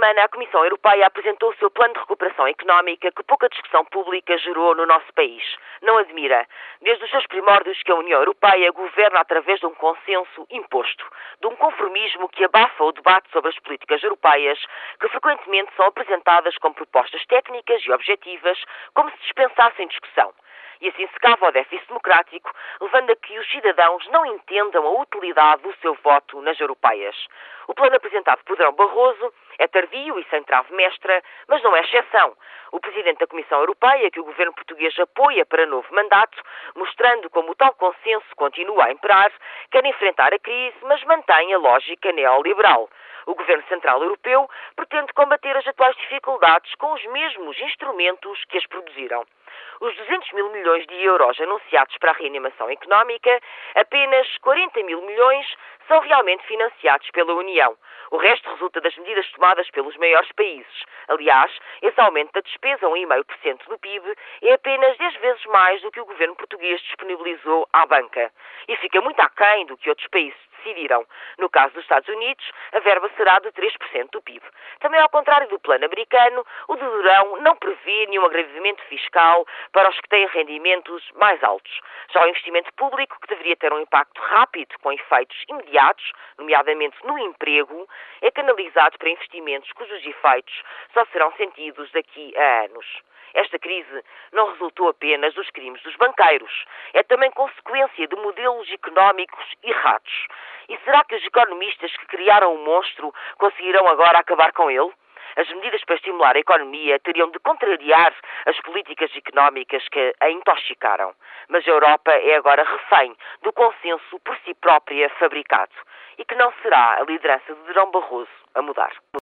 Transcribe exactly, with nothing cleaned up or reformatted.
semana, a Comissão Europeia apresentou o seu plano de recuperação económica que pouca discussão pública gerou no nosso país. Não admira. Desde os seus primórdios que a União Europeia governa através de um consenso imposto, de um conformismo que abafa o debate sobre as políticas europeias, que frequentemente são apresentadas como propostas técnicas e objetivas, como se dispensassem discussão. E assim se cava o déficit democrático, levando a que os cidadãos não entendam a utilidade do seu voto nas europeias. O plano apresentado por Durão Barroso é tardio e sem trave mestra, mas não é exceção. O Presidente da Comissão Europeia, que o governo português apoia para novo mandato, mostrando como o tal consenso continua a imperar, quer enfrentar a crise, mas mantém a lógica neoliberal. O Governo Central Europeu pretende combater as atuais dificuldades com os mesmos instrumentos que as produziram. Os duzentos mil milhões de euros anunciados para a reanimação económica, apenas quarenta mil milhões são realmente financiados pela União. O resto resulta das medidas tomadas pelos maiores países. Aliás, esse aumento da despesa, um vírgula cinco por cento do P I B, é apenas dez vezes mais do que o governo português disponibilizou à banca. E fica muito aquém do que outros países decidiram. No caso dos Estados Unidos, a verba será de três por cento do P I B. Também ao contrário do plano americano, o de Durão não prevê nenhum agravamento fiscal para os que têm rendimentos mais altos. Já o investimento público, que deveria ter um impacto rápido com efeitos imediatos, nomeadamente no emprego, é canalizado para investimentos cujos efeitos só serão sentidos daqui a anos. Esta crise não resultou apenas dos crimes dos banqueiros. É também consequência de modelos económicos errados. E será que os economistas que criaram o monstro conseguirão agora acabar com ele? As medidas para estimular a economia teriam de contrariar as políticas económicas que a intoxicaram. Mas a Europa é agora refém do consenso por si própria fabricado. E que não será a liderança de Durão Barroso a mudar.